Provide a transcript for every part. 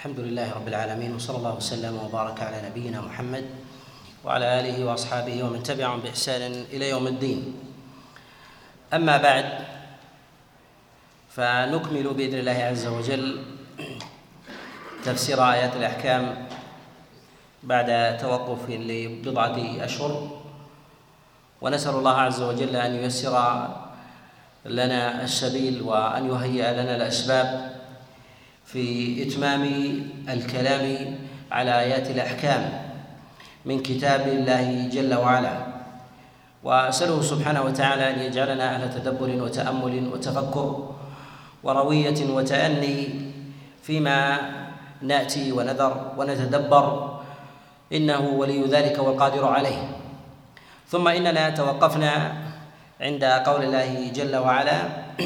الحمد لله رب العالمين، وصلى الله وسلم وبارك على نبينا محمد وعلى آله وأصحابه ومن تبعهم بإحسان إلى يوم الدين. أما بعد، فنكمل بإذن الله عز وجل تفسير آيات الأحكام بعد توقف لبضعة أشهر، ونسأل الله عز وجل أن ييسر لنا السبيل وأن يهيئ لنا الأسباب في إتمام الكلام على آيات الأحكام من كتاب الله جل وعلا، وأسأله سبحانه وتعالى أن يجعلنا أهل تدبر وتأمل وتفكر وروية وتأني فيما نأتي ونذر ونتدبر، إنه ولي ذلك والقادر عليه. ثم إننا توقفنا عند قول الله جل وعلا: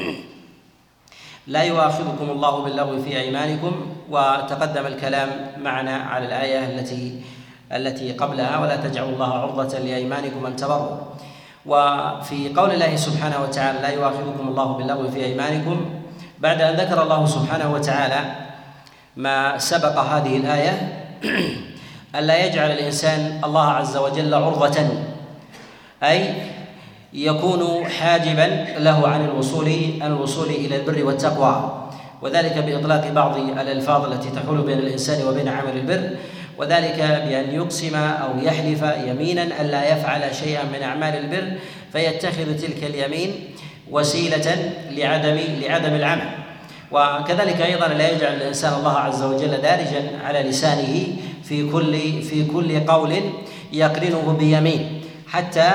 لا يؤاخذكم الله باللغو في أيمانكم، وتقدم الكلام معنا على الآية التي قبلها: ولا تجعلوا الله عرضة لأيمانكم أن تبروا. وفي قول الله سبحانه وتعالى: لا يؤاخذكم الله باللغو في أيمانكم، بعد أن ذكر الله سبحانه وتعالى ما سبق هذه الآية ألا يجعل الإنسان الله عز وجل عرضة، أي يكون حاجبا له عن الوصول إلى البر والتقوى، وذلك بإطلاق بعض الألفاظ التي تحول بين الإنسان وبين عمل البر، وذلك بأن يقسم أو يحلف يمينا ألا يفعل شيئا من أعمال البر، فيتخذ تلك اليمين وسيلة لعدم العمل. وكذلك أيضا لا يجعل الإنسان الله عز وجل دارجا على لسانه في كل قول يقرنه بيمين، حتى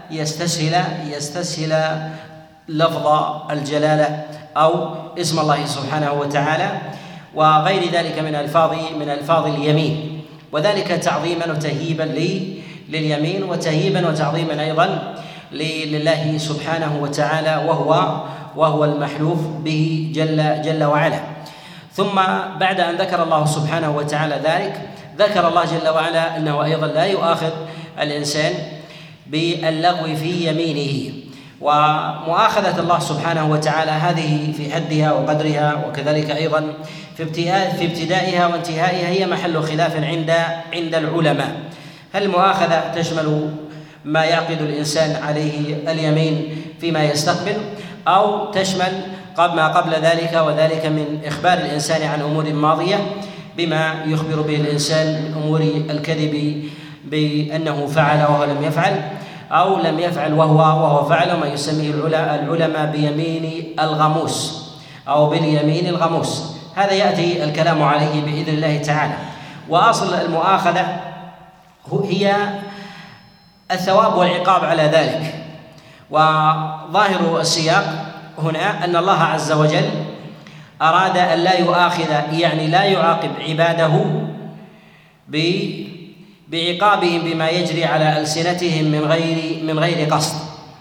يستسهل لفظ الجلالة أو اسم الله سبحانه وتعالى وغير ذلك من ألفاظ اليمين، وذلك تعظيما وتهيبا لليمين، وتهيبا وتعظيما أيضا لله سبحانه وتعالى، وهو المحلوف به جل وعلا. ثم بعد أن ذكر الله سبحانه وتعالى ذلك، ذكر الله جل وعلا أنه أيضا لا يؤاخذ الإنسان باللغو في يمينه. ومؤاخذة الله سبحانه وتعالى هذه في حدها وقدرها، وكذلك أيضا في ابتدائها وانتهائها، هي محل خلاف عند العلماء. هل المؤاخذة تشمل ما يعقد الإنسان عليه اليمين فيما يستقبل، أو تشمل ما قبل ذلك، وذلك من إخبار الإنسان عن أمور ماضية بما يخبر به الإنسان من أمور الكذب بأنه فعل وهو لم يفعل، أو لم يفعل وهو فعل، ما يسميه العلماء بيمين الغموس أو باليمين الغموس. هذا يأتي الكلام عليه بإذن الله تعالى. وأصل المؤاخذة هي الثواب والعقاب على ذلك. وظاهر السياق هنا أن الله عز وجل أراد أن لا يؤاخذ، يعني لا يعاقب عباده بعقابهم بما يجري على ألسنتهم من غير قصد،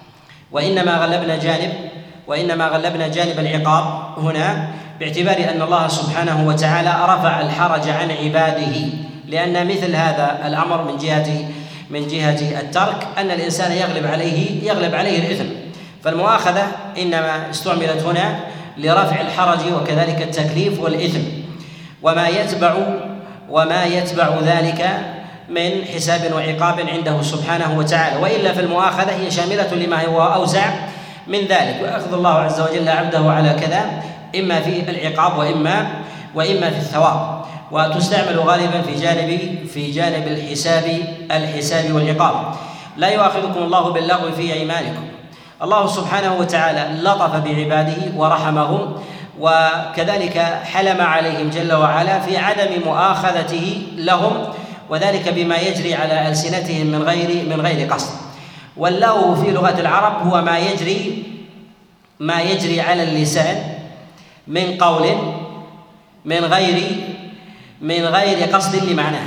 وإنما غلبنا جانب العقاب هنا، باعتبار أن الله سبحانه وتعالى رفع الحرج عن عباده، لأن مثل هذا الأمر من جهة الترك أن الإنسان يغلب عليه الإثم، فالمؤاخذة إنما استعملت هنا لرفع الحرج وكذلك التكليف والإثم وما يتبع ذلك من حساب وعقاب عنده سبحانه وتعالى. وإلا فالمؤاخذة هي شاملة لما هو أوسع من ذلك، ويأخذ الله عز وجل عبده على كذا، إما في العقاب وإما في الثواب، وتستعمل غالبا في جانب الحساب والعقاب. لا يؤاخذكم الله باللغو في أيمانكم، الله سبحانه وتعالى لطف بعباده ورحمهم، وكذلك حلم عليهم جل وعلا في عدم مؤاخذته لهم، وذلك بما يجري على ألسنتهم من غير قصد. واللغو في لغة العرب هو ما يجري على اللسان من قول من غير قصد لمعنى.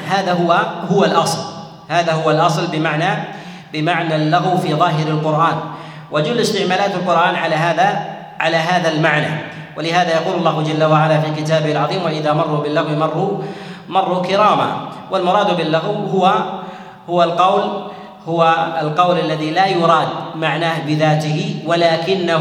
هذا هو الأصل بمعنى اللغو في ظاهر القرآن، وجل استعمالات القرآن على هذا المعنى. ولهذا يقول الله جل وعلا في كتابه العظيم: وإذا مروا باللغو مروا كراما. والمراد باللغو هو القول الذي لا يراد معناه بذاته،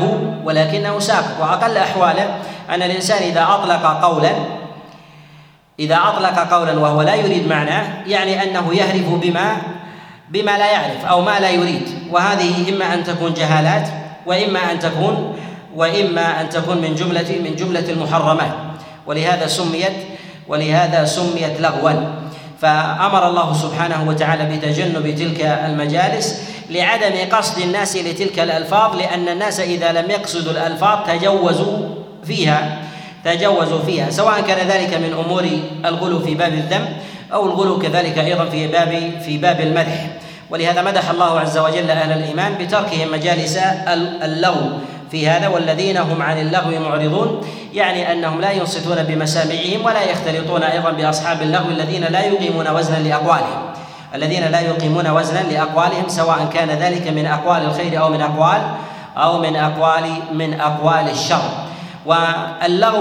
ولكنه ساقط. وأقل أحواله أن الإنسان إذا أطلق قولا إذا أطلق قولا وهو لا يريد معناه يعني أنه يهرف بما لا يعرف أو ما لا يريد، وهذه إما أن تكون جهالات وإما أن تكون من جملة المحرمات، ولهذا سميت لغوا. فأمر الله سبحانه وتعالى بتجنب تلك المجالس لعدم قصد الناس لتلك الألفاظ، لأن الناس إذا لم يقصدوا الألفاظ تجوزوا فيها، سواء كان ذلك من أمور الغلو في باب الذم أو الغلو كذلك أيضا في باب المدح. ولهذا مدح الله عز وجل أهل الإيمان بتركهم مجالس اللغو في هذا، والذين هم عن اللغو معرضون، يعني أنهم لا ينصتون بمسامعهم ولا يختلطون أيضا بأصحاب اللغو الذين لا يقيمون وزنا لأقوالهم، سواء كان ذلك من أقوال الخير أو من أقوال الشر. واللغو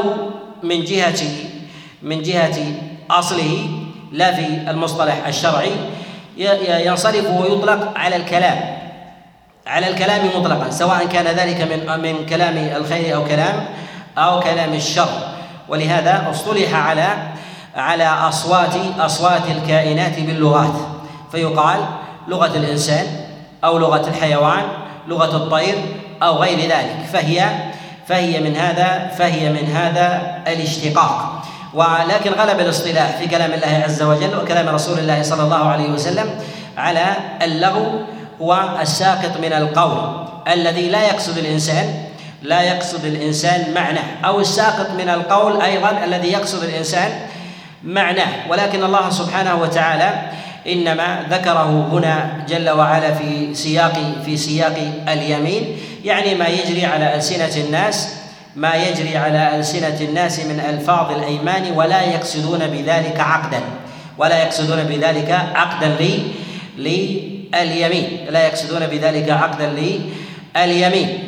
من جهة أصله لا في المصطلح الشرعي ينصرف ويطلق على الكلام مطلقا، سواء كان ذلك من كلام الخير أو كلام الشر. ولهذا اصطلح على أصوات الكائنات باللغات، فيقال لغة الإنسان أو لغة الحيوان، لغة الطير أو غير ذلك، فهي من هذا الاشتقاق. ولكن غلب الاصطلاح في كلام الله عز وجل وكلام رسول الله صلى الله عليه وسلم على اللغو هو الساقط من القول الذي لا يقصد الإنسان معناه، أو الساقط من القول أيضا الذي يقصد الإنسان معناه. ولكن الله سبحانه وتعالى إنما ذكره هنا جل وعلا في سياق اليمين، يعني ما يجري على ألسنة الناس من ألفاظ الأيمان، ولا يقصدون بذلك عقدا لليمين.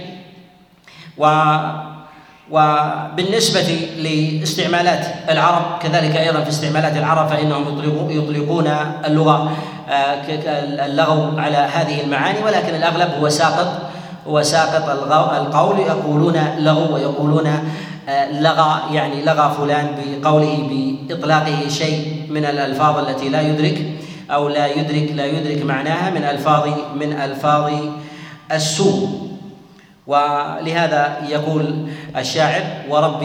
وبالنسبة لاستعمالات العرب كذلك أيضا في استعمالات العرب فإنهم يطلقون اللغو على هذه المعاني، ولكن الأغلب هو ساقط القول، يقولون لغو ويقولون لغى، يعني لغى فلان بقوله بإطلاقه شيء من الألفاظ التي لا يدرك معناها من ألفاظ السوء. ولهذا يقول الشاعر: ورب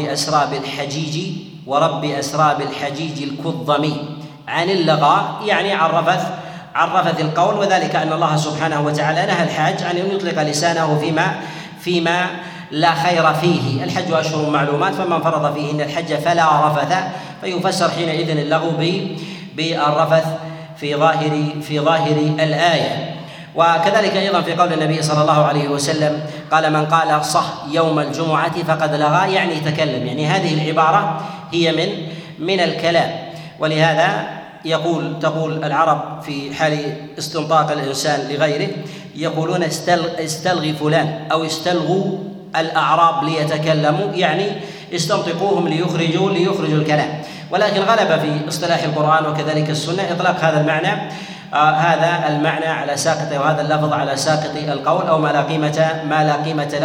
أسرى بالحجيج الكظمي عن اللغى، يعني عرفت القول، وذلك أن الله سبحانه وتعالى نهى الحاج عن أن يطلق لسانه فيما لا خير فيه. الحج أشهر معلومات، فمن فرض فيهن الحج فلا رفث، فيفسر حينئذ اللغو بالرفث في ظاهر الآية. وكذلك أيضا في قول النبي صلى الله عليه وسلم قال: من قال صح يوم الجمعة فقد لغى، يعني تكلم، يعني هذه العبارة هي من الكلام. ولهذا تقول العرب في حال استنطاق الإنسان لغيره، يقولون استلغي فلان أو استلغوا الأعراب ليتكلموا، يعني استنطقوهم ليخرجوا الكلام. ولكن غلب في اصطلاح القرآن وكذلك السنة إطلاق هذا المعنى على ساقط، وهذا اللفظ على ساقط القول، أو ما لا قيمة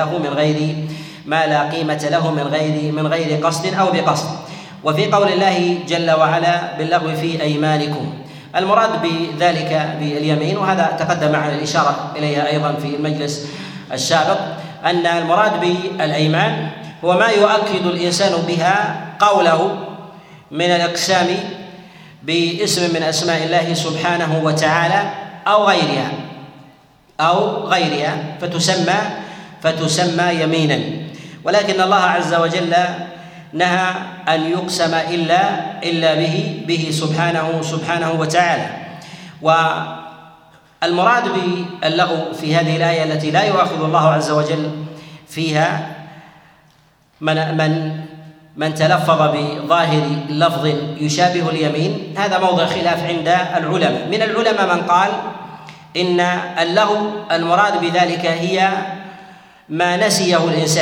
له من غير قصد أو بقصد. وفي قول الله جل وعلا باللغو في أيمانكم، المراد بذلك باليمين، وهذا تقدم على الإشارة إليها أيضا في المجلس السابق، أن المراد بالأيمان هو ما يؤكد الإنسان بها قوله من الإقسام باسم من أسماء الله سبحانه وتعالى أو غيرها فتسمى يمينا. ولكن الله عز وجل نهى أن يقسم إلا به سبحانه وتعالى. والمراد باللغو في هذه الآية التي لا يؤاخذ الله عز وجل فيها من تلفظ بظاهر لفظ يشابه اليمين، هذا موضع خلاف عند العلماء. من العلماء من قال إن اللغو المراد بذلك هي ما نسيه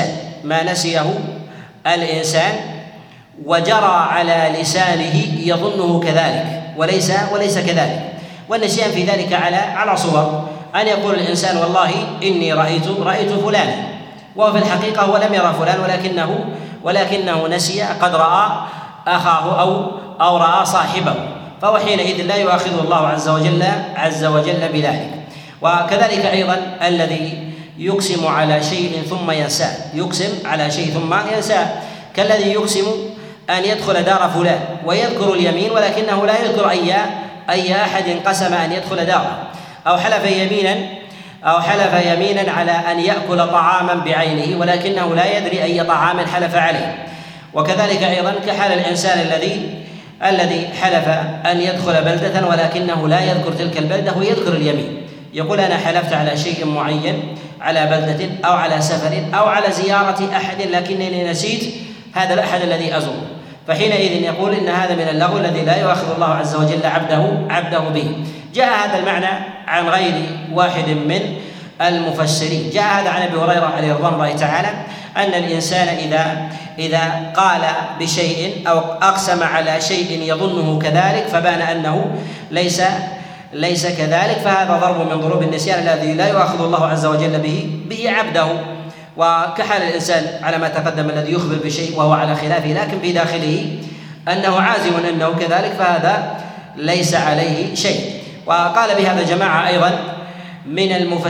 الإنسان وجرى على لسانه يظنه كذلك وليس كذلك. والنسيان في ذلك على صور: أن يقول الإنسان والله إني رأيت فلانا، وهو في الحقيقة هو لم يرى فلان ولكنه نسي، أخاه أو رأى صاحبه، فهو حينئذ لا يؤاخذه الله عز وجل بذلك. وكذلك أيضا الذي يقسم على شيء ثم ينساه، يقسم على شيء ثم ينساه، كالذي يقسم أن يدخل دار فلان ويذكر اليمين ولكنه لا يذكر أي أحد قسم أن يدخل داره، أو حلف يمينا على أن يأكل طعاما بعينه ولكنه لا يدري أي طعام حلف عليه. وكذلك أيضا كحال الإنسان الذي حلف أن يدخل بلدة ولكنه لا يذكر تلك البلدة ويذكر اليمين، يقول أنا حلفت على شيء معين، على بلدة أو على سفر أو على زيارة أحد لكنني نسيت هذا الأحد الذي أزوره، فحينئذ يقول إن هذا من اللغو الذي لا يؤاخذ الله عز وجل عبده به. جاء هذا المعنى عن غير واحد من المفسرين. جاء هذا عن أبي هريرة عليه رضوان الله تعالى أن الإنسان إذا قال بشيء أو أقسم على شيء يظنه كذلك فبان أنه ليس كذلك، فهذا ضرب من ضروب النسيان الذي لا يؤاخذ الله عز وجل به عبده. وكحال الإنسان على ما تقدم الذي يخبر بشيء وهو على خلافه لكن في داخله أنه عازم أنه كذلك، فهذا ليس عليه شيء. وقال بهذا جماعة أيضا من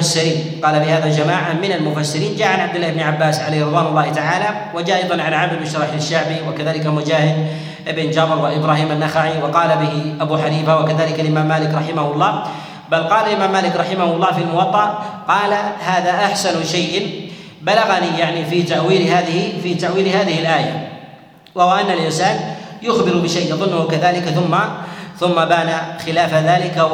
المفسرين، جاء عن عبد الله بن عباس عليه رضوان الله تعالى، وجاء أيضا عن عمرو بن شريح الشعبي وكذلك مجاهد ابن جبر وإبراهيم النخعي، وقال به أبو حنيفة وكذلك الإمام مالك رحمه الله. بل قال الإمام مالك رحمه الله في الموطأ قال هذا أحسن شيء بلغني يعني في تأويل هذه الآية، وهو أن الإنسان يخبر بشيء يظنه كذلك ثم بان خلاف ذلك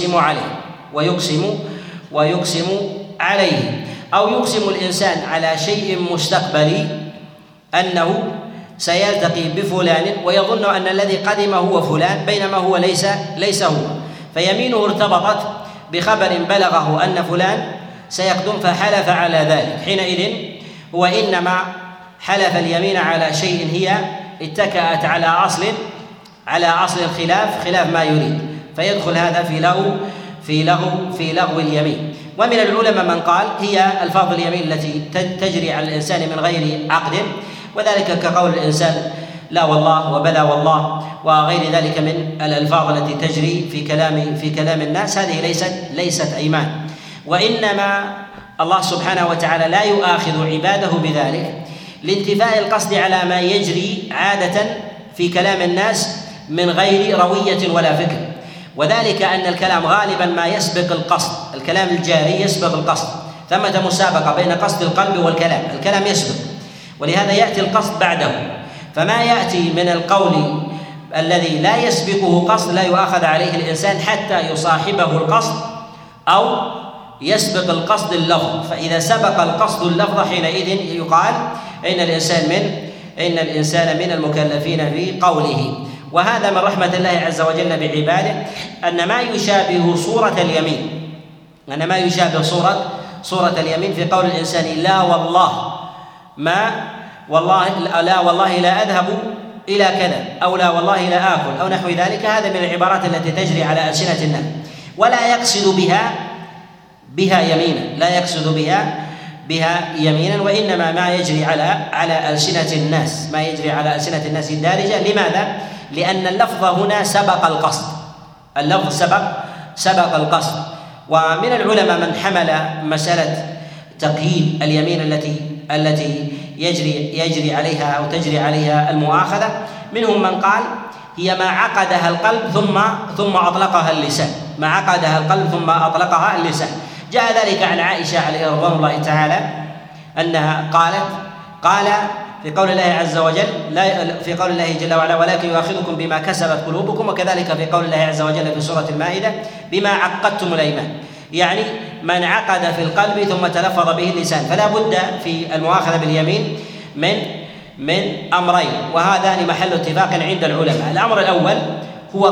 ويقسم عليه، أو يقسم الإنسان على شيء مستقبلي أنه سيلتقي بفلان ويظن أن الذي قدم هو فلان بينما هو ليس هو، فيمينه ارتبطت بخبر بلغه أن فلان سيقدم فحلف على ذلك. حينئذ هو إنما حلف اليمين على شيء هي اتكأت على أصل خلاف ما يريد، فيدخل هذا في لغو اليمين. ومن العلماء من قال هي ألفاظ اليمين التي تجري على الإنسان من غير عقد، وذلك كقول الإنسان لا والله وبلا والله وغير ذلك من الألفاظ التي تجري في كلام الناس، هذه ليست أيمان، وإنما الله سبحانه وتعالى لا يؤاخذ عباده بذلك لانتفاء القصد على ما يجري عادة في كلام الناس من غير روية ولا فكر، وذلك أن الكلام غالبا ما يسبق القصد، الكلام الجاري يسبق القصد، ثمة مسابقة بين قصد القلب والكلام، الكلام يسبق ولهذا يأتي القصد بعده، فما يأتي من القول الذي لا يسبقه قصد لا يؤاخذ عليه الإنسان حتى يصاحبه القصد أو يسبق القصد اللفظ، فإذا سبق القصد اللفظ حينئذ يقال إن الإنسان من المكلفين في قوله. وهذا من رحمة الله عز وجل بعباده أن ما يشابه صورة اليمين في قول الإنسان لا والله لا أذهب إلى كذا، أو لا والله لا آكل، أو نحو ذلك، هذا من العبارات التي تجري على ألسنة الناس ولا يقصد بها يمينا، وإنما ما يجري على ألسنة الناس الدارجة. لماذا؟ لأن اللفظ هنا سبق القصد، اللفظ سبق القصد. ومن العلماء من حمل مسألة تقييد اليمين التي يجري عليها أو تجري عليها المؤاخذة، منهم من قال هي ما عقدها القلب ثم أطلقها اللسان، جاء ذلك عن عائشة عليه رضوان الله تعالى أنها قال في قول الله عز وجل في قول الله جل وعلا ولكن يؤاخذكم بما كسبت قلوبكم، وكذلك في قول الله عز وجل في سورة المائدة بما عقدتم الأيمان، يعني من عقد في القلب ثم تلفظ به اللسان. فلا بد في المؤاخذة باليمين من أمرين، وهذان محل اتفاق عند العلماء. الأمر الأول هو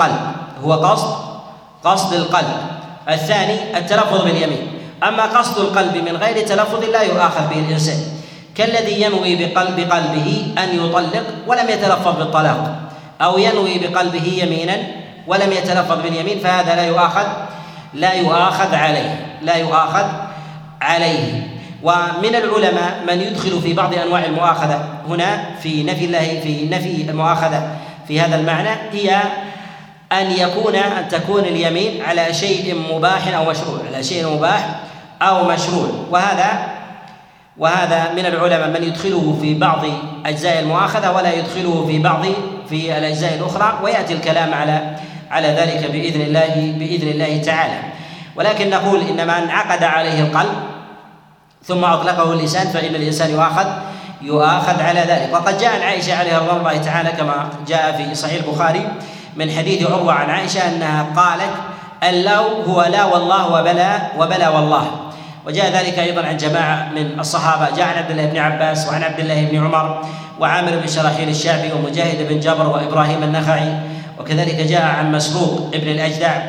قصد القلب، الثاني التلفظ باليمين. أما قصد القلب من غير تلفظ لا يؤاخذ به الإنسان، كالذي ينوي بقلبه أن يطلق ولم يتلفظ بالطلاق، أو ينوي بقلبه يمينا ولم يتلفظ باليمين، فهذا لا يؤاخذ عليه. ومن العلماء من يدخل في بعض أنواع المؤاخذة هنا في نفي المؤاخذة في هذا المعنى هي أن تكون اليمين على شيء مباح أو مشروع، على شيء مباح أو مشروع، وهذا من العلماء من يدخله في بعض أجزاء المؤاخذة ولا يدخله في الأجزاء الأخرى، ويأتي الكلام على ذلك بإذن الله تعالى. ولكن نقول إن من عقد عليه القلب ثم أطلقه اللسان فإن الإنسان يؤاخذ على ذلك. وقد جاء عن عائشة عليها رضوان الله تعالى كما جاء في صحيح البخاري من حديث عروة عن عائشة أنها قالت: اللو هو لا والله وبلا والله. وجاء ذلك أيضا عن جماعة من الصحابة، جاء عن عبد الله بن عباس وعن عبد الله بن عمر وعامر بن شراحيل الشعبي ومجاهد بن جبر وإبراهيم النخعي، وكذلك جاء عن مسروق ابن الأجدع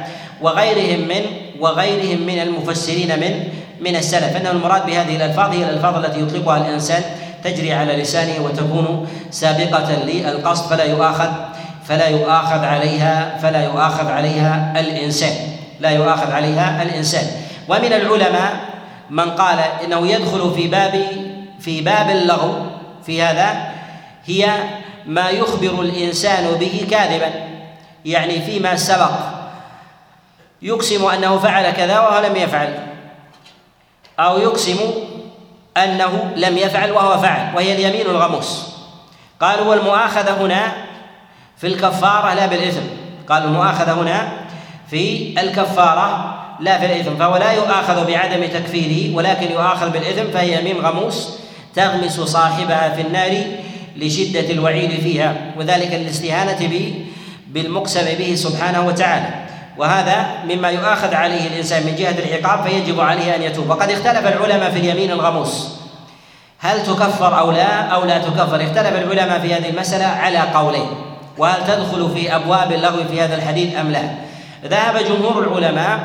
وغيرهم من المفسرين من السلف أن المراد بهذه الألفاظ هي الألفاظ التي يطلقها الإنسان تجري على لسانه وتكون سابقة للقصد فلا يؤاخذ عليها الإنسان. ومن العلماء من قال إنه يدخل في باب اللغو في هذا هي ما يخبر الإنسان به كاذبا، يعني فيما سبق يقسم أنه فعل كذا وهو لم يفعل، أو يقسم أنه لم يفعل وهو فعل، وهي اليمين الغموس. قالوا والمؤاخذة هنا في الكفارة لا بالإثم، قالوا المؤاخذة هنا في الكفارة لا في الإثم، فهو لا يؤاخذ بعدم تكفيره ولكن يؤاخذ بالإثم، فهي يمين غموس تغمس صاحبها في النار لشدة الوعيد فيها، وذلك للاستهانة بالمقسم به سبحانه وتعالى، وهذا مما يؤاخذ عليه الإنسان من جهة العقاب فيجب عليه أن يتوب. وقد اختلف العلماء في اليمين الغموس هل تكفر أو لا تكفر، اختلف العلماء في هذه المسألة على قولين، وهل تدخل في أبواب اللغو في هذا الحديث أم لا. ذهب جمهور العلماء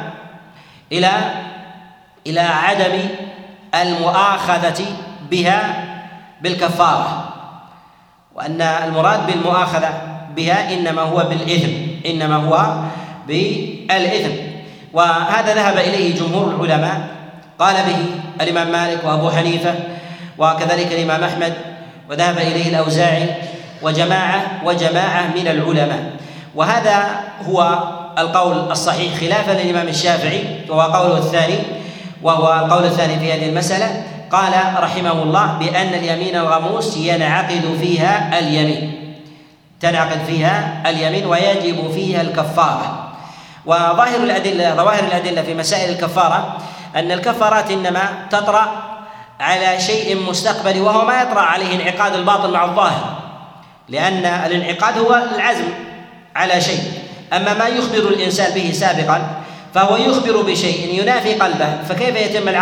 إلى عدم المؤاخذة بها بالكفارة، وأن المراد بالمؤاخذة بها إنما هو بالإثم، وهذا ذهب إليه جمهور العلماء، قال به الإمام مالك وأبو حنيفة وكذلك الإمام أحمد، وذهب إليه الأوزاعي وجماعة من العلماء، وهذا هو القول الصحيح خلافا للإمام الشافعي وهو القول الثاني في هذه المسألة. قال رحمه الله بأن اليمين الغموس تنعقد فيها اليمين ويجب فيها الكفارة. وظواهر الأدلة في مسائل الكفارة أن الكفارات إنما تطرأ على شيء مستقبلي وهو ما يطرأ عليه انعقاد الباطن مع الظاهر، لأن الانعقاد هو العزم على شيء، أما ما يخبر الإنسان به سابقا فهو يخبر بشيء ينافي قلبه، فكيف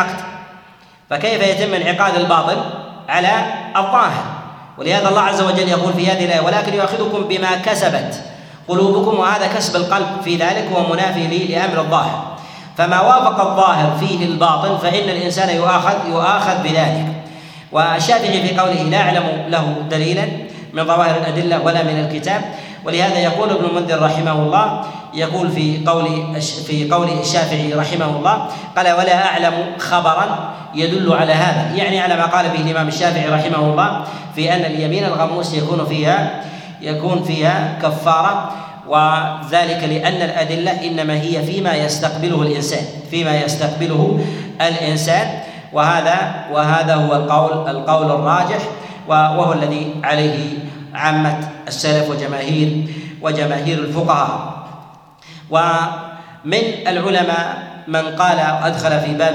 يتم انعقاد الباطن على الظاهر؟ ولهذا الله عز وجل يقول في هذه الآية ولكن يؤاخذكم بما كسبت قلوبكم، وهذا كسب القلب في ذلك هو منافي لأمر الظاهر، فما وافق الظاهر فيه الباطن فإن الإنسان يؤاخذ بذلك. والشافعي في قوله لا أعلم له دليلا من ظواهر الأدلة ولا من الكتاب، ولهذا يقول ابن المنذر رحمه الله يقول في قول الشافعي رحمه الله قال ولا أعلم خبرا يدل على هذا، يعني على ما قال به الإمام الشافعي رحمه الله في أن اليمين الغموس يكون فيها كفارة، وذلك لأن الأدلة إنما هي فيما يستقبله الإنسان، وهذا هو القول الراجح، وهو الذي عليه عامة السلف وجماهير الفقهاء. ومن العلماء من قال أدخل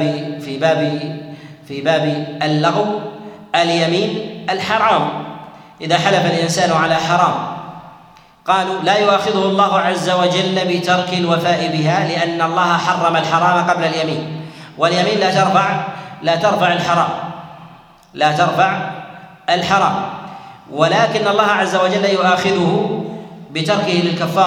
في باب اللغو اليمين الحرام، إذا حلف الإنسان على حرام قالوا لا يؤاخذه الله عز وجل بترك الوفاء بها، لأن الله حرم الحرام قبل اليمين، واليمين لا ترفع الحرام، ولكن الله عز وجل يؤاخذه بتركه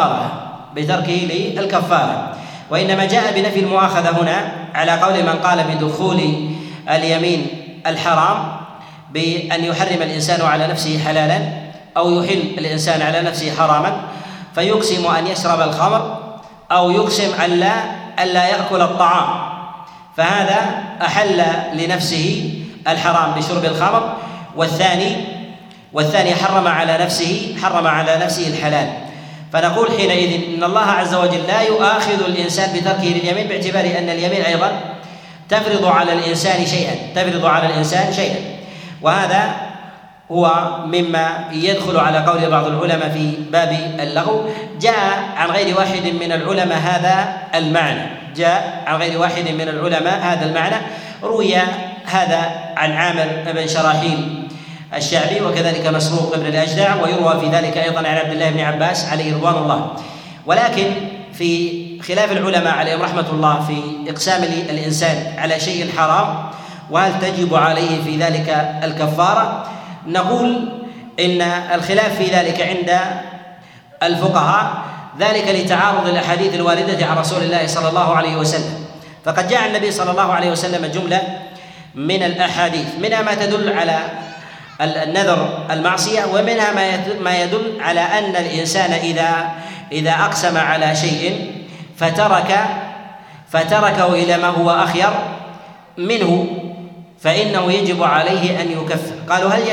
للكفارة، وإنما جاء بنفي المؤاخذة هنا على قول من قال بدخول اليمين الحرام بأن يحرم الإنسان على نفسه حلالا أو يحل الإنسان على نفسه حراما، فيقسم أن يشرب الخمر أو يقسم ألا يأكل الطعام، فهذا أحل لنفسه الحرام بشرب الخمر، والثاني حرم على نفسه الحلال. فنقول حينئذ إن الله عز وجل لا يؤاخذ الإنسان بتركه لليمين، باعتبار أن اليمين أيضا تفرض على الإنسان شيئا، وهذا هو مما يدخل على قول بعض العلماء في باب اللغو. جاء عن غير واحد من العلماء هذا المعنى، روي هذا عن عامر بن شراحيل الشعبي، وكذلك مسروق بن الأجدع، ويروى في ذلك أيضا عن عبد الله بن عباس عليه رضوان الله. ولكن في خلاف العلماء عليهم رحمة الله في إقسام الإنسان على شيء حرام وهل تجب عليه في ذلك الكفارة، نقول إن الخلاف في ذلك عند الفقهاء ذلك لتعارض الأحاديث الواردة عن رسول الله صلى الله عليه وسلم. فقد جاء النبي صلى الله عليه وسلم جملة من الأحاديث، منها ما تدل على النذر المعصية، ومنها ما يدل على أن الإنسان إذا أقسم على شيء فتركه إلى ما هو أخير منه فإنه يجب عليه أن يكفر. قالوا هل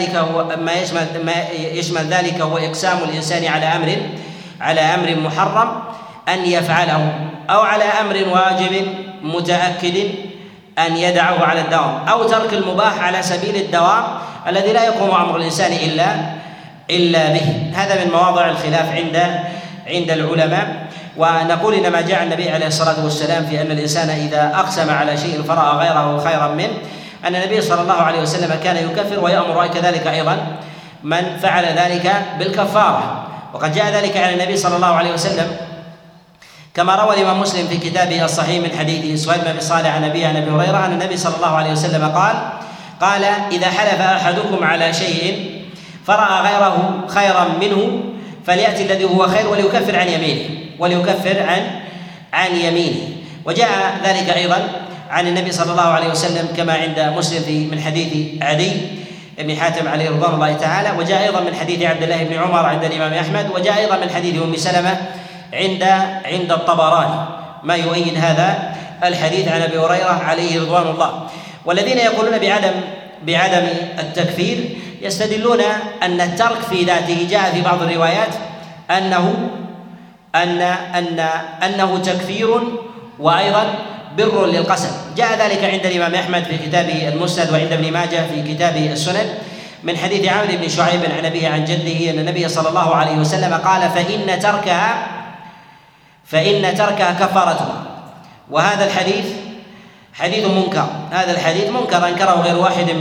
يشمل ذلك هو إقسام الإنسان على أمر محرم أن يفعله، أو على أمر واجب متأكد أن يدعه على الدوام، أو ترك المباح على سبيل الدوام الذي لا يقوم أمر الإنسان إلا به. هذا من مواضع الخلاف عند العلماء. ونقول إنما جاء النبي عليه الصلاة والسلام في أن الإنسان إذا أقسم على شيء فرأى غيره خيرا منه أن النبي صلى الله عليه وسلم كان يكفر ويأمر كذلك أيضا من فعل ذلك بالكفارة. وقد جاء ذلك عن النبي صلى الله عليه وسلم كما روى الإمام مسلم في كتابه الصحيح من حديث سهيل بن صالح عن أبي هريرة أن النبي صلى الله عليه وسلم قال إذا حلف أحدكم على شيء فرأى غيره خيرا منه فليأتي الذي هو خير وليكفر عن يمينه. وجاء ذلك أيضا عن النبي صلى الله عليه وسلم كما عند مسلم من حديث عدي بن حاتم عليه رضوان الله تعالى، وجاء أيضا من حديث عبد الله بن عمر عند الإمام أحمد، وجاء أيضا من حديث أم سلمة عند الطبراني ما يؤيد هذا الحديث عن أبي هريرة عليه رضوان الله. والذين يقولون بعدم التكفير يستدلون أن الترك في ذاته جاء في بعض الروايات أنه تكفير وأيضا بر للقسم. جاء ذلك عند الإمام أحمد في كتابه المسند، وعند ابن ماجه في كتابه السنن من حديث عامر بن شعيب عن أبيه عن جده أن النبي صلى الله عليه وسلم قال فإن تركها كفارتها. وهذا الحديث حديث منكر، أنكره غير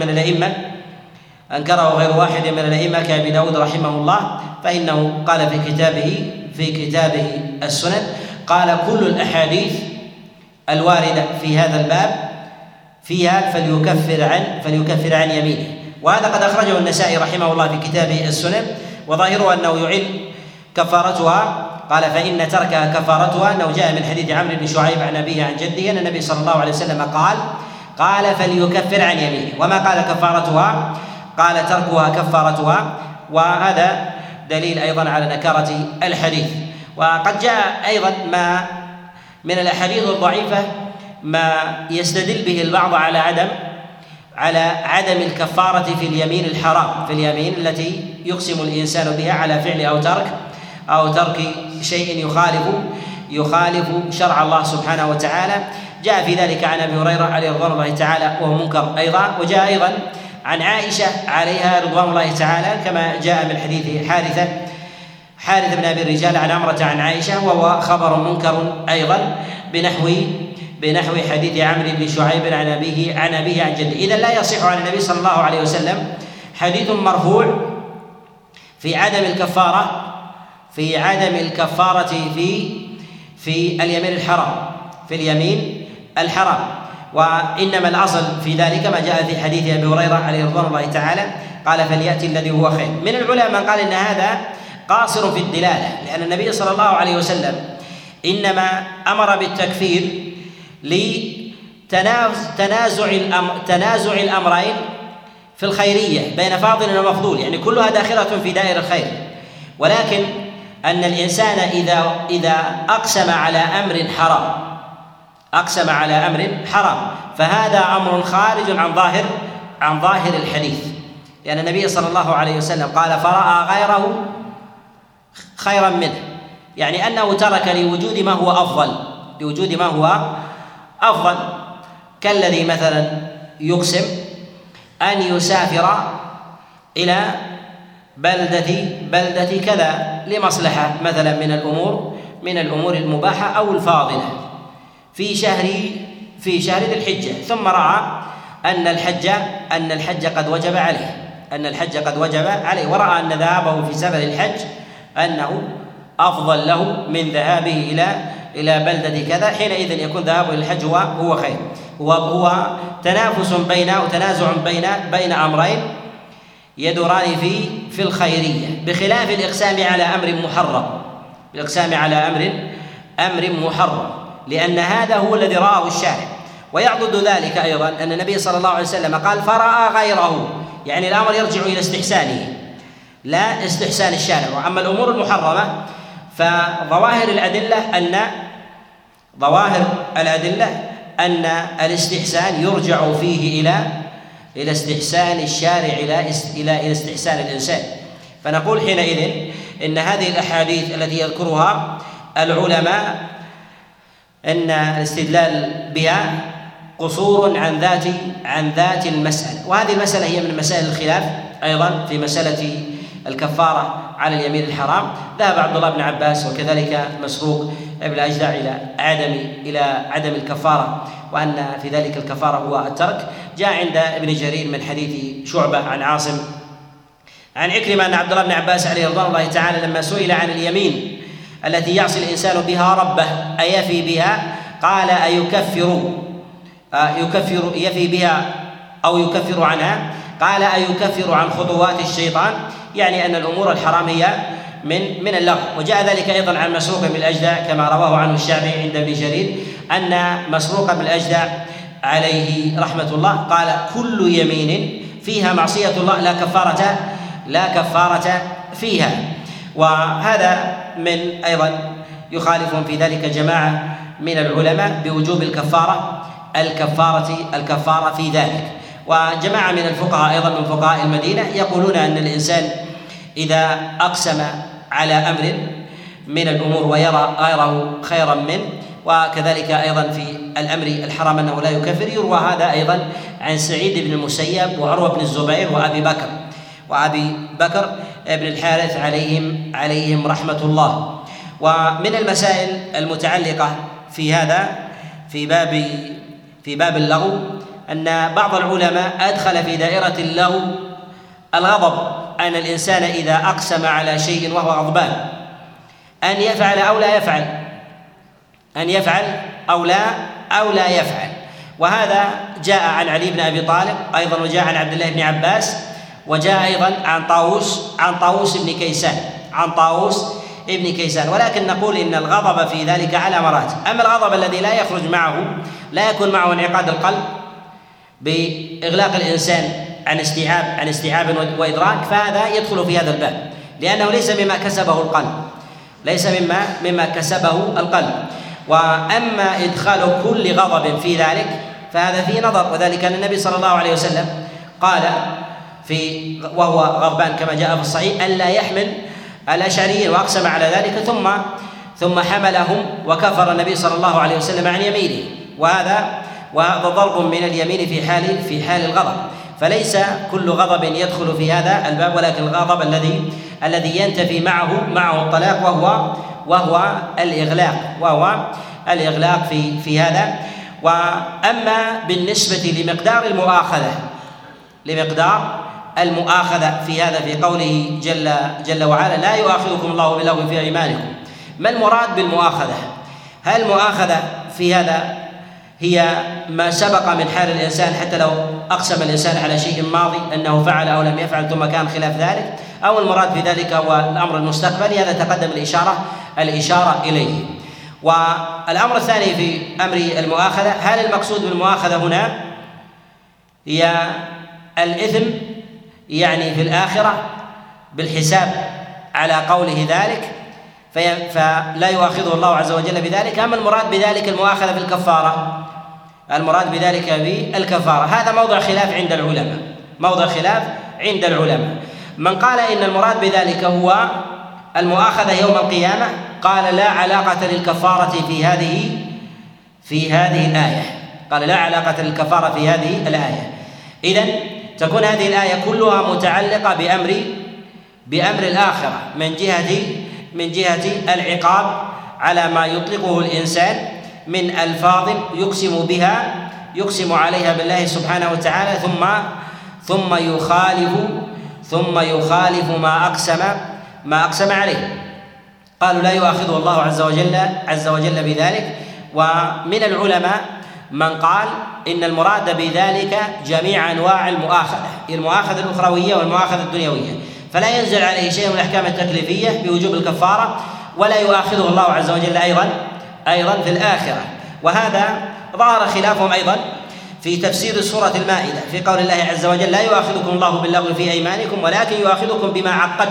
واحد من الأئمة كأبي داود رحمه الله، فإنه قال في كتابه السنن قال كل الأحاديث الواردة في هذا الباب فيها فليكفر عن يمينه. وهذا قد أخرجه النسائي رحمه الله في كتابه السنن، وظاهره أنه يعل كفارتها. قال فإن تركها كفارتها، أنه جاء من حديث عمرو بن شعيب عن أبيه عن جده أن النبي صلى الله عليه وسلم قال فليكفر عن يمينه، وما قال كفارتها قال تركها كفارتها. وهذا دليل أيضا على نكارة الحديث. وقد جاء أيضا ما من الأحاديث الضعيفة ما يستدل به البعض على عدم الكفارة في اليمين الحرام، في اليمين التي يقسم الإنسان بها على فعل أو ترك شيء يخالف شرع الله سبحانه وتعالى. جاء في ذلك عن أبي هريرة عليه رضوان الله تعالى وهو منكر أيضا. وجاء أيضا عن عائشة عليها رضوان الله تعالى كما جاء من حديث حارث بن أبي الرجال عن عمرة عن عائشة، وهو خبر منكر أيضا بنحو حديث عمرو بن شعيب عن أبيه عن جده. إذن لا يصح عن النبي صلى الله عليه وسلم حديث مرفوع في عدم الكفارة في اليمين الحرام. وإنما الأصل في ذلك ما جاء في حديث أبي هريرة عليه رضوان الله تعالى قال فليأتي الذي هو خير. من العلماء من قال إن هذا قاصر في الدلالة، لأن النبي صلى الله عليه وسلم إنما أمر بالتكفير لتنازع الأمرين في الخيرية بين فاضل ومفضول، يعني كلها داخلة في دائرة الخير. ولكن أن الإنسان إذا أقسم على أمر حرام فهذا أمر خارج عن ظاهر الحديث، لأن النبي صلى الله عليه وسلم قال فرأى غيره خيرا منه، يعني أنه ترك لوجود ما هو أفضل، لوجود ما هو أفضل، كالذي مثلا يقسم أن يسافر إلى بلدة كذا لمصلحة مثلا من الأمور المباحة أو الفاضلة في شهر ذي الحجة، ثم رأى أن الحج قد وجب عليه، ورأى أن ذهابه في سفر الحج أنه أفضل له من ذهابه إلى بلدة كذا، حينئذ يكون ذهابه إلى الحج هو خير. هو تنافس وتنازع بين أمرين يدوران في الخيرية، بخلاف الإقسام على أمر محرم، لأن هذا هو الذي رآه الشارع. ويعضد ذلك أيضا أن النبي صلى الله عليه وسلم قال فرأى غيره، يعني الأمر يرجع إلى استحسانه لا استحسان الشارع. وأما الأمور المحرمة فظواهر الأدلة أن الاستحسان يرجع فيه إلى استحسان الشارع إلى استحسان الإنسان. فنقول حينئذ إن هذه الأحاديث التي يذكرها العلماء أن الاستدلال بها قصور عن ذات المسألة، وهذه المسألة هي من مسائل الخلاف أيضا في مسألة الكفارة على اليمين الحرام. ذهب عبد الله بن عباس وكذلك مسروق ابن الأجدع إلى عدم الكفارة، وأن في ذلك الكفارة هو الترك. جاء عند ابن جرير من حديث شعبة عن عاصم عن عكرمة أن عبد الله بن عباس عليه رضوان الله تعالى لما سئل عن اليمين التي يعصي الإنسان بها ربه أيفي بها، قال يفي بها أو يكفر عنها، قال أيكفر عن خطوات الشيطان، يعني أن الأمور الحرام هي من اللغو. وجاء ذلك أيضا عن مسروق بن الأجدع كما رواه عنه الشافعي عند ابن جرير أن مسروق بن الأجدع عليه رحمة الله قال كل يمين فيها معصية الله لا كفارة فيها. وهذا من أيضا يخالفهم في ذلك جماعة من العلماء بوجوب الكفارة في ذلك. وجماعة من الفقهاء أيضا من فقهاء المدينة يقولون أن الإنسان إذا أقسم على أمر من الأمور ويرى غيره خيرا منه، وكذلك أيضا في الأمر الحرام أنه لا يكفر، يروى هذا أيضا عن سعيد بن المسيب وعروة بن الزبير وأبي بكر بن الحارث عليهم رحمة الله. ومن المسائل المتعلقة في هذا في باب اللغو أن بعض العلماء أدخل في دائرة اللغو الغضب، أن الإنسان إذا أقسم على شيء وهو غضبان أن يفعل أو لا يفعل، وهذا جاء عن علي بن أبي طالب أيضا، وجاء عن عبد الله بن عباس، وجاء أيضا عن طاووس ابن كيسان. ولكن نقول إن الغضب في ذلك على مراتب. أما الغضب الذي لا يكون معه انعقاد القلب بإغلاق الإنسان عن استيعاب وإدراك، فهذا يدخل في هذا الباب، لأنه ليس مما كسبه القلب. وأما إدخال كل غضب في ذلك فهذا فيه نظر، وذلك أن النبي صلى الله عليه وسلم قال وهو غضبان كما جاء في الصحيح ألا يحمل الأشعريين، وأقسم على ذلك ثم حملهم وكفر النبي صلى الله عليه وسلم عن يمينه، وهذا ضرب من اليمين في حال الغضب. فليس كل غضب يدخل في هذا الباب، ولكن الغضب الذي ينتفي معه الطلاق وهو الإغلاق في هذا. وأما بالنسبة لمقدار المؤاخذة في هذا في قوله جل وعلا لا يؤاخذكم الله باللغو في أيمانكم، ما المراد بالمؤاخذة؟ هل المؤاخذة في هذا هي ما سبق من حال الإنسان حتى لو أقسم الإنسان على شيء ماضي أنه فعل أو لم يفعل ثم كان خلاف ذلك، أو المراد بذلك هو الأمر المستقبلي؟ هذا تقدم الإشارة إليه. والأمر الثاني في أمر المؤاخذة، هل المقصود بالمؤاخذة هنا هي الإثم يعني في الآخرة بالحساب على قوله ذلك فلا يؤاخذه الله عز وجل بذلك، أما المراد بذلك المؤاخذة بالكفارة؟ المراد بذلك بالكفارة. هذا موضع خلاف عند العلماء، موضع خلاف عند العلماء. من قال إن المراد بذلك هو المؤاخذة يوم القيامة قال لا علاقة للكفارة في هذه الآية، قال لا علاقة للكفارة في هذه الآية. إذن تكون هذه الآية كلها متعلقة بأمر الآخرة من جهة العقاب على ما يطلقه الإنسان من ألفاظ يقسم عليها بالله سبحانه وتعالى ثم يخالف ما أقسم عليه. قالوا لا يؤاخذه الله عز وجل بذلك. ومن العلماء من قال إن المراد بذلك جميع أنواع المؤاخذة الأخروية والمؤاخذة الدنيوية، فلا ينزل عليه شيء من الأحكام التكليفية بوجوب الكفارة، ولا يؤاخذه الله عز وجل أيضا في الآخرة. وهذا ظهر خلافهم أيضا في تفسير سورة المائدة في قول الله عز وجل لا يؤاخذكم الله باللغو في أيمانكم ولكن يؤاخذكم بما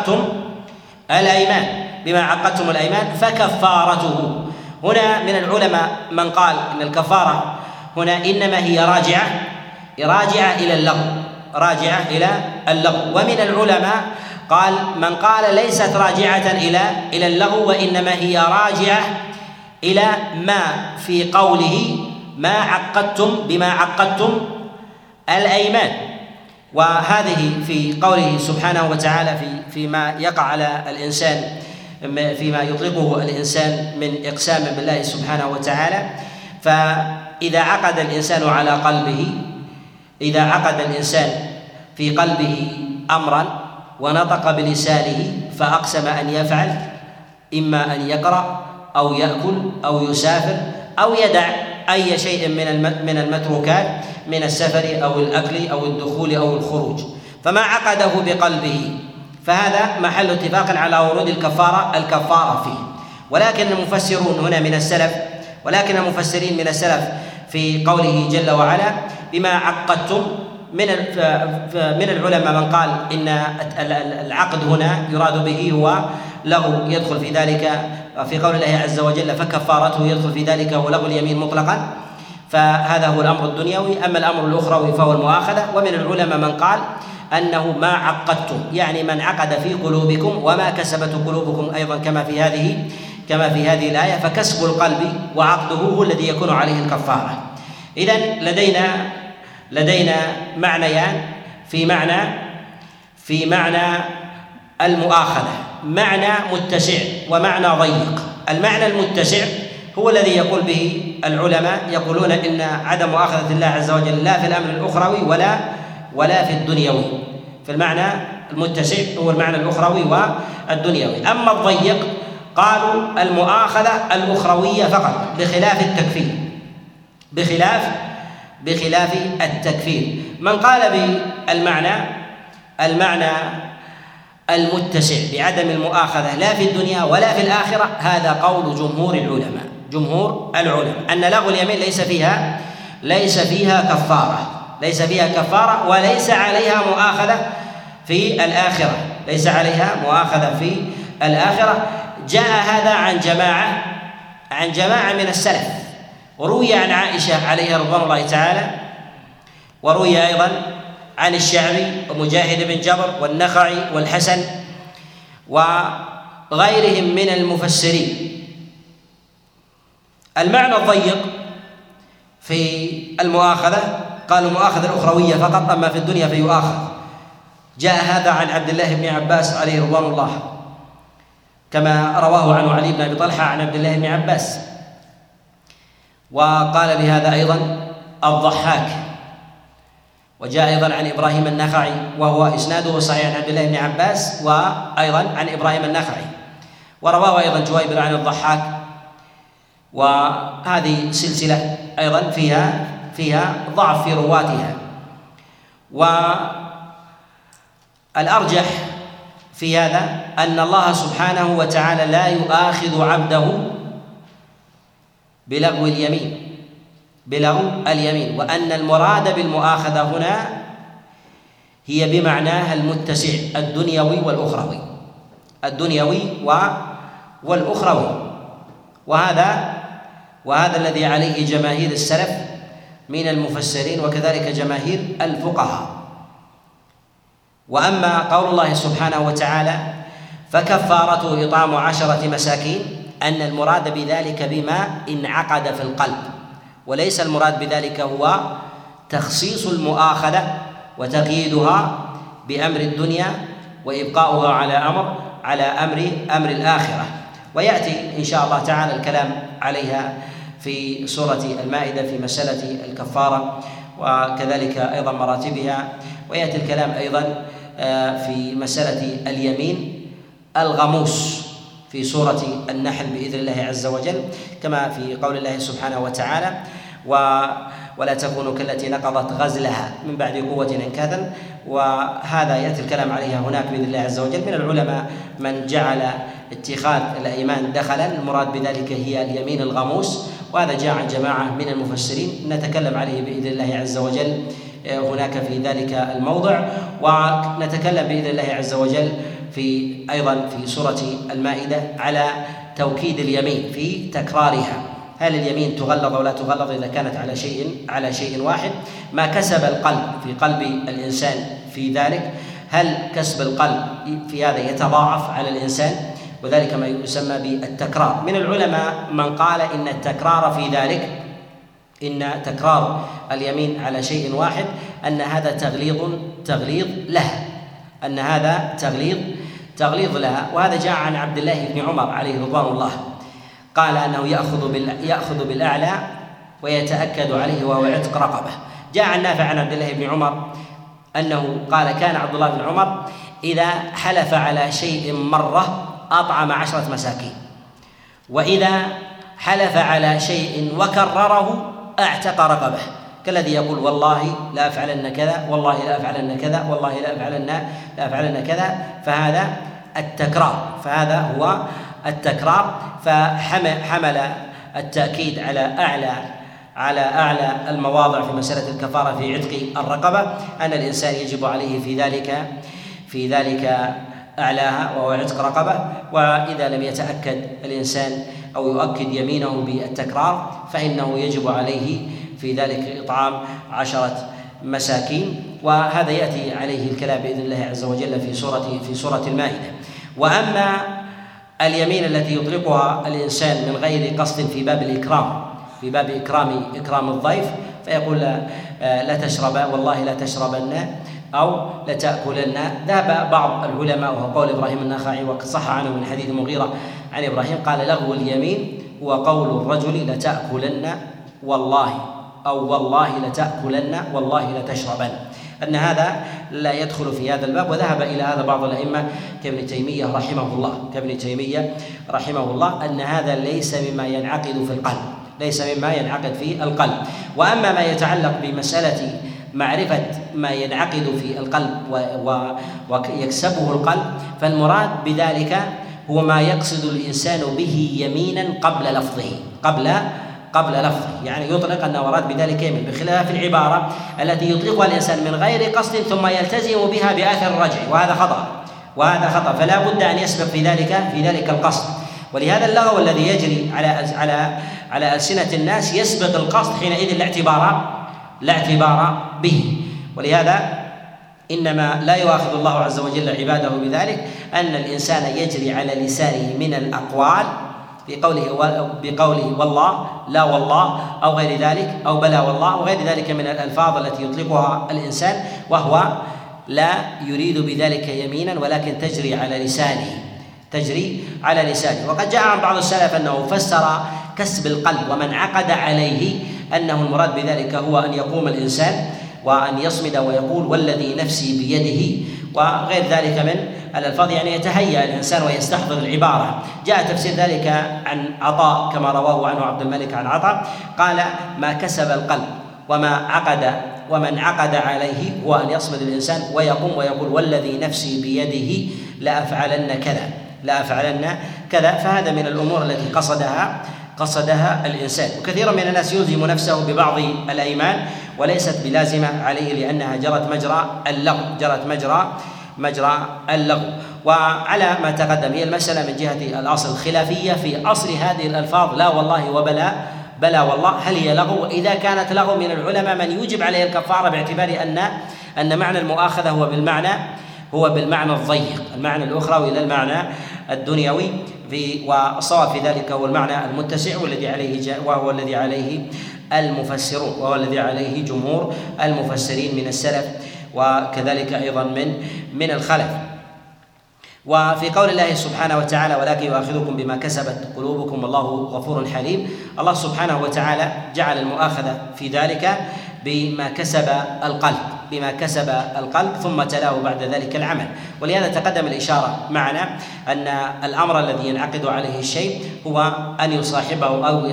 عقدتم الأيمان فكفارته. هنا من العلماء من قال إن الكفارة هنا إنما هي راجعة إلى اللغو، ومن العلماء قال من قال ليست راجعة إلى اللغو، وإنما هي راجعة إلى ما في قوله بما عقدتم الأيمان. وهذه في قوله سبحانه وتعالى فيما يقع على الإنسان، فيما يطلقه الإنسان من إقسام بالله سبحانه وتعالى. فإذا عقد الإنسان في قلبه أمرا ونطق بلسانه فأقسم أن يفعل، إما أن يقرأ أو يأكل أو يسافر أو يدع أي شيء من المتروكات من السفر أو الأكل أو الدخول أو الخروج، فما عقده بقلبه فهذا محل اتفاق على ورود الكفارة فيه. ولكن المفسرين من السلف في قوله جل وعلا بما عقدتم، من العلماء من قال إن العقد هنا يراد به هو لغو يدخل في ذلك، في قول الله عز وجل فكفارته يدخل في ذلك هو لغو اليمين مطلقا، فهذا هو الأمر الدنيوي. أما الأمر الأخروي فهو المؤاخذة. ومن العلماء من قال أنه ما عقدتم، يعني من عقد في قلوبكم وما كسبت قلوبكم أيضا كما في هذه الآية، فكسب القلب وعقده هو الذي يكون عليه الكفارة. إذن لدينا معنيان في معنى المؤاخذة، معنى متسع ومعنى ضيق. المعنى المتسع هو الذي يقول به العلماء، يقولون إن عدم مؤاخذة الله عز وجل لا في الأمر الأخروي ولا في الدنيوي. في المعنى المتسع هو المعنى الأخروي والدنيوي. أما الضيق قالوا المؤاخذة الأخروية فقط بخلاف التكفير. من قال بالمعنى المتسع بعدم المؤاخذة لا في الدنيا ولا في الآخرة، هذا قول جمهور العلماء أن لغو اليمين ليس فيها كفارة وليس عليها مؤاخذة في الآخرة. جاء هذا عن جماعة من السلف، وروي عن عائشة عليها رضوان الله تعالى، وروي أيضا عن الشعبي ومجاهد بن جبر والنخعي والحسن وغيرهم من المفسرين. المعنى الضيق في المؤاخذة قالوا المؤاخذة الأخروية فقط، أما في الدنيا فيؤاخذ. جاء هذا عن عبد الله بن عباس عليه رضوان الله، كما رواه عنه علي بن أبي طلحة عن عبد الله بن عباس. وقال بهذا أيضا الضحاك، وجاء أيضا عن إبراهيم النخعي وهو إسناده صحيح عن عبد الله بن عباس، وأيضا عن إبراهيم النخعي، ورواه أيضا جويبر عن الضحاك. وهذه سلسلة أيضا فيها ضعف في رواتها. والأرجح في هذا أن الله سبحانه وتعالى لا يؤاخذ عبده بلغو اليمين، وأن المراد بالمؤاخذة هنا هي بمعناها المتسع الدنيوي والأخروي. وهذا الذي عليه جماهير السلف من المفسرين وكذلك جماهير الفقهاء. وأما قول الله سبحانه وتعالى فكفارته إطعام 10 مساكين، أن المراد بذلك بما انعقد في القلب، وليس المراد بذلك هو تخصيص المؤاخذة وتقييدها بأمر الدنيا وإبقاؤها على أمر الآخرة. ويأتي إن شاء الله تعالى الكلام عليها في سورة المائدة في مسألة الكفارة وكذلك أيضا مراتبها، ويأتي الكلام أيضا في مسألة اليمين الغموس في سورة النحل بإذن الله عز وجل، كما في قول الله سبحانه وتعالى ولا تكونوا كالتي نقضت غزلها من بعد قوة أنكاثا، وهذا يأتي الكلام عليها هناك بإذن الله عز وجل. من العلماء من جعل اتخاذ الأيمان دخلا، المراد بذلك هي اليمين الغموس، وهذا جاء عن جماعة من المفسرين نتكلم عليه بإذن الله عز وجل هناك في ذلك الموضع، ونتكلم بإذن الله عز وجل أيضا في سورة المائدة على توكيد اليمين في تكرارها، هل اليمين تغلظ ولا تغلظ إذا كانت على شيء واحد، ما كسب القلب في قلب الإنسان في ذلك، هل كسب القلب في هذا يتضاعف على الإنسان، وذلك ما يسمى بالتكرار. من العلماء من قال إن التكرار في ذلك، إن تكرار اليمين على شيء واحد أن هذا تغليظ لها، أن هذا تغليظ لها، وهذا جاء عن عبد الله بن عمر عليه رضوان الله، قال أنه يأخذ بالأعلى ويتأكد عليه وهو عتق رقبة. جاء عن نافع عن عبد الله بن عمر أنه قال كان عبد الله بن عمر إذا حلف على شيء مرة أطعم 10 مساكين، وإذا حلف على شيء وكرره أعتق رقبة، كالذي يقول والله لا أفعلن كذا، والله لا أفعلن كذا، والله لا أفعلن كذا، فهذا هو التكرار. فحمل التأكيد على أعلى المواضع في مسألة الكفارة في عتق الرقبة، أن الإنسان يجب عليه في ذلك أعلاها وهو عتق رقبة، وإذا لم يتأكد الإنسان أو يؤكد يمينه بالتكرار فإنه يجب عليه في ذلك إطعام 10 مساكين، وهذا يأتي عليه الكلام بإذن الله عز وجل في سورة المائدة. وأما اليمين التي يطلقها الإنسان من غير قصد في باب إكرام الضيف، فيقول لا تشرب، والله لا تشربن، أو لتأكلن، ذهب بعض العلماء وهو قول إبراهيم النخعي وصح عنه من حديث المغيرة عن إبراهيم قال لغو اليمين هو قول الرجل لتأكلن والله، أو والله لتأكلن والله لتشربن، أن هذا لا يدخل في هذا الباب. وذهب إلى هذا بعض الأئمة كابن تيمية رحمه الله أن هذا ليس مما ينعقد في القلب. وأما ما يتعلق بمسألة معرفة ما ينعقد في القلب ويكسبه القلب، فالمراد بذلك هو ما يقصد الإنسان به يمينا قبل لفظه، يعني يطلق أن مراد بذلك يمين، بخلاف العبارة التي يطلقها الإنسان من غير قصد ثم يلتزم بها بآثر الرجع، وهذا خطأ، فلا بد أن يسبق في ذلك القصد. ولهذا اللغو الذي يجري على ألسنة الناس يسبق القصد، حينئذ لا اعتبار به. ولهذا إنما لا يؤاخذ الله عز وجل عباده بذلك أن الإنسان يجري على لسانه من الأقوال بقوله والله، لا والله، أو غير ذلك، أو بلى والله، وغير ذلك من الألفاظ التي يطلقها الإنسان وهو لا يريد بذلك يمينا، ولكن تجري على لسانه. وقد جاء عن بعض السلف أنه فسر كسب القلب ومن عقد عليه أنه المراد بذلك هو أن يقوم الإنسان وأن يصمد ويقول والذي نفسي بيده، وغير ذلك من الألفاظ، يعني يتهيأ الإنسان ويستحضر العبارة. جاء تفسير ذلك عن عطاء كما رواه عنه عبد الملك عن عطاء، قال ما كسب القلب ومن عقد عليه هو أن يصمد الإنسان ويقوم ويقول والذي نفسي بيده لأفعلن كذا. فهذا من الأمور التي قصدها الإنسان. وكثير من الناس يلزم نفسه ببعض الأيمان وليست بلازمة عليه، لأنها جرت مجرى اللغو. وعلى ما تقدم هي المسألة من جهة الأصل خلافية في أصل هذه الألفاظ لا والله بلى والله، هل هي لغو؟ وإذا كانت لغو من العلماء من يوجب عليه الكفارة باعتبار أن معنى المؤاخذة هو هو بالمعنى الضيق، المعنى الأخروي إلى المعنى الدنيوي، والصواب في ذلك هو المعنى المتسع وهو الذي عليه المفسرون، وهو الذي عليه جمهور المفسرين من السلف وكذلك أيضا من الخلف. وفي قول الله سبحانه وتعالى ولكن يؤاخذكم بما كسبت قلوبكم والله غفور حليم، الله سبحانه وتعالى جعل المؤاخذة في ذلك بما كسب القلب ثم تلاه بعد ذلك العمل. ولهذا تقدم الإشارة معنا أن الأمر الذي ينعقد عليه الشيء هو أن يصاحبه أو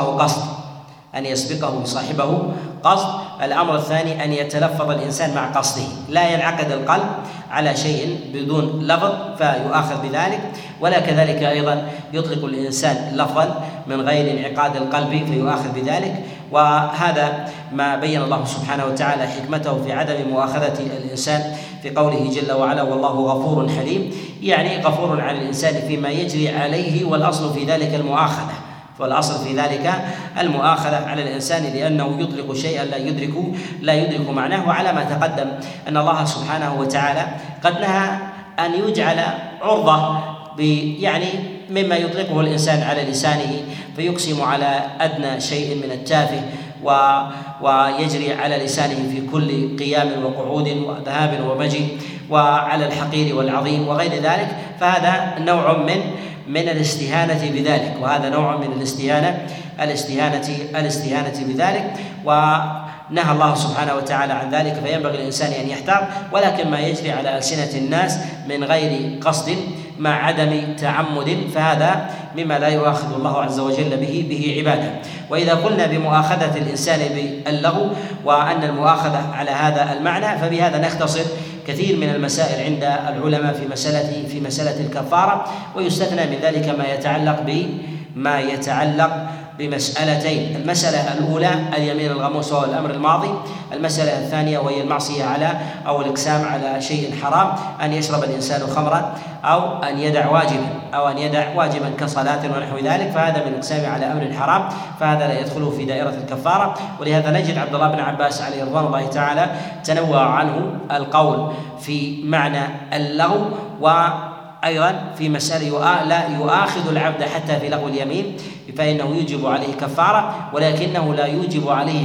يسبقه صاحبه قصد. الأمر الثاني أن يتلفظ الإنسان مع قصده، لا ينعقد القلب على شيء بدون لفظ فيؤاخذ بذلك، ولا كذلك أيضا يطلق الإنسان لفظا من غير انعقاد القلب فيؤاخذ بذلك. وهذا ما بين الله سبحانه وتعالى حكمته في عدم مؤاخذة الإنسان في قوله جل وعلا والله غفور حليم، يعني غفور على الإنسان فيما يجري عليه، والأصل في ذلك المؤاخذة على الإنسان لأنه يطلق شيئا لا يدرك معناه. وعلى ما تقدم أن الله سبحانه وتعالى قد نهى أن يجعل عرضة يعني مما يطلقه الإنسان على لسانه فيقسم على أدنى شيء من التافه ويجري على لسانه في كل قيام وقعود وذهاب ومجيء، وعلى الحقير والعظيم وغير ذلك، فهذا نوع من الاستهانة بذلك، وهذا نوع من الاستهانة بذلك، ونهى الله سبحانه وتعالى عن ذلك. فينبغي الإنسان أن يحتاط، ولكن ما يجري على ألسنة الناس من غير قصد مع عدم تعمد فهذا مما لا يؤاخذ الله عز وجل به عباده. وإذا قلنا بمؤاخذة الإنسان باللغو وأن المؤاخذة على هذا المعنى، فبهذا نختصر كثير من المسائل عند العلماء في مسألة الكفارة، ويستثنى من ذلك ما يتعلق بمسألتين: المسألة الأولى اليمين الغموس وهو الأمر الماضي، المسألة الثانية وهي المعصية أو الإقسام على شيء حرام، أن يشرب الإنسان خمرا أو أن يدع واجبا كصلاة ونحو ذلك، فهذا من الإقسام على أمر حرام، فهذا لا يدخل في دائرة الكفارة. ولهذا نجد عبد الله بن عباس عليه رضوان الله تعالى تنوع عنه القول في معنى اللغو، وأيضا في مسألة لا يؤاخذ العبد حتى في لغو اليمين فإنه يوجب عليه كفارة، ولكنه لا يوجب عليه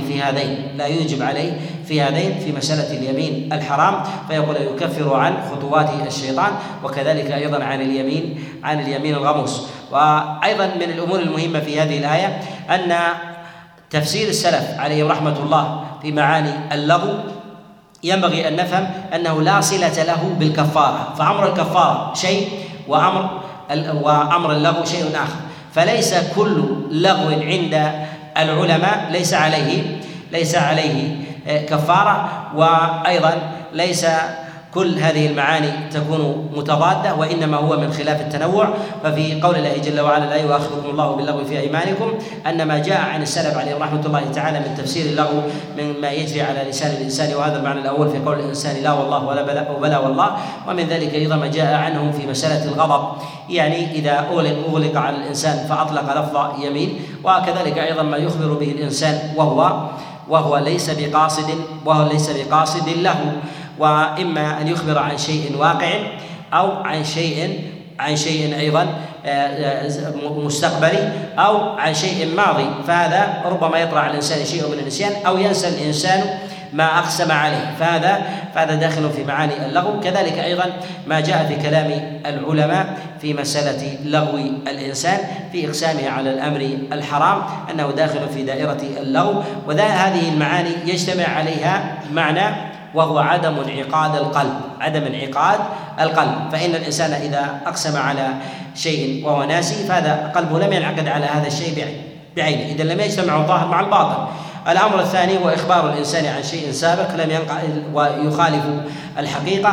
في هذين في مسألة اليمين الحرام، فيقول يكفر عن خطوات الشيطان، وكذلك أيضا عن اليمين الغموس. وأيضا من الأمور المهمة في هذه الآية أن تفسير السلف عليه رحمة الله في معاني اللغو ينبغي أن نفهم أنه لا صلة له بالكفارة، فأمر الكفارة شيء وأمر اللغو شيء آخر، فليس كل لغو عند العلماء ليس عليه كفارة، وأيضا ليس كل هذه المعاني تكون متضادة، وإنما هو من خلاف التنوع. ففي قول الله جل وعلا لا يؤاخذكم الله باللغو في أيمانكم، أن ما جاء عن السلف عليه رحمة الله تعالى من تفسير اللغو مما يجري على لسان الإنسان، وهذا المعنى الأول في قول الإنسان لا والله وبلا والله، ومن ذلك أيضا ما جاء عنه في مسألة الغضب، يعني إذا أغلق على الإنسان فأطلق لفظ يمين، وكذلك أيضا ما يخبر به الإنسان وهو ليس بقاصد له، وإما أن يخبر عن شيء واقع أو عن شيء أيضا مستقبلي أو عن شيء ماضي، فهذا ربما يطرأ على الإنسان شيء من النسيان أو ينسى الإنسان ما أقسم عليه، فهذا داخل في معاني اللغو. كذلك أيضا ما جاء في كلام العلماء في مسألة لغو الإنسان في إقسامه على الأمر الحرام أنه داخل في دائرة اللغو، هذه المعاني يجتمع عليها معنى وهو عدم انعقاد القلب، فإن الإنسان إذا أقسم على شيء وهو ناسي فهذا قلبه لم ينعقد على هذا الشيء بعينه، إذا لم يجتمع الظاهر مع الباطن. الأمر الثاني هو إخبار الإنسان عن شيء سابق لم ينقع ويخالف الحقيقة،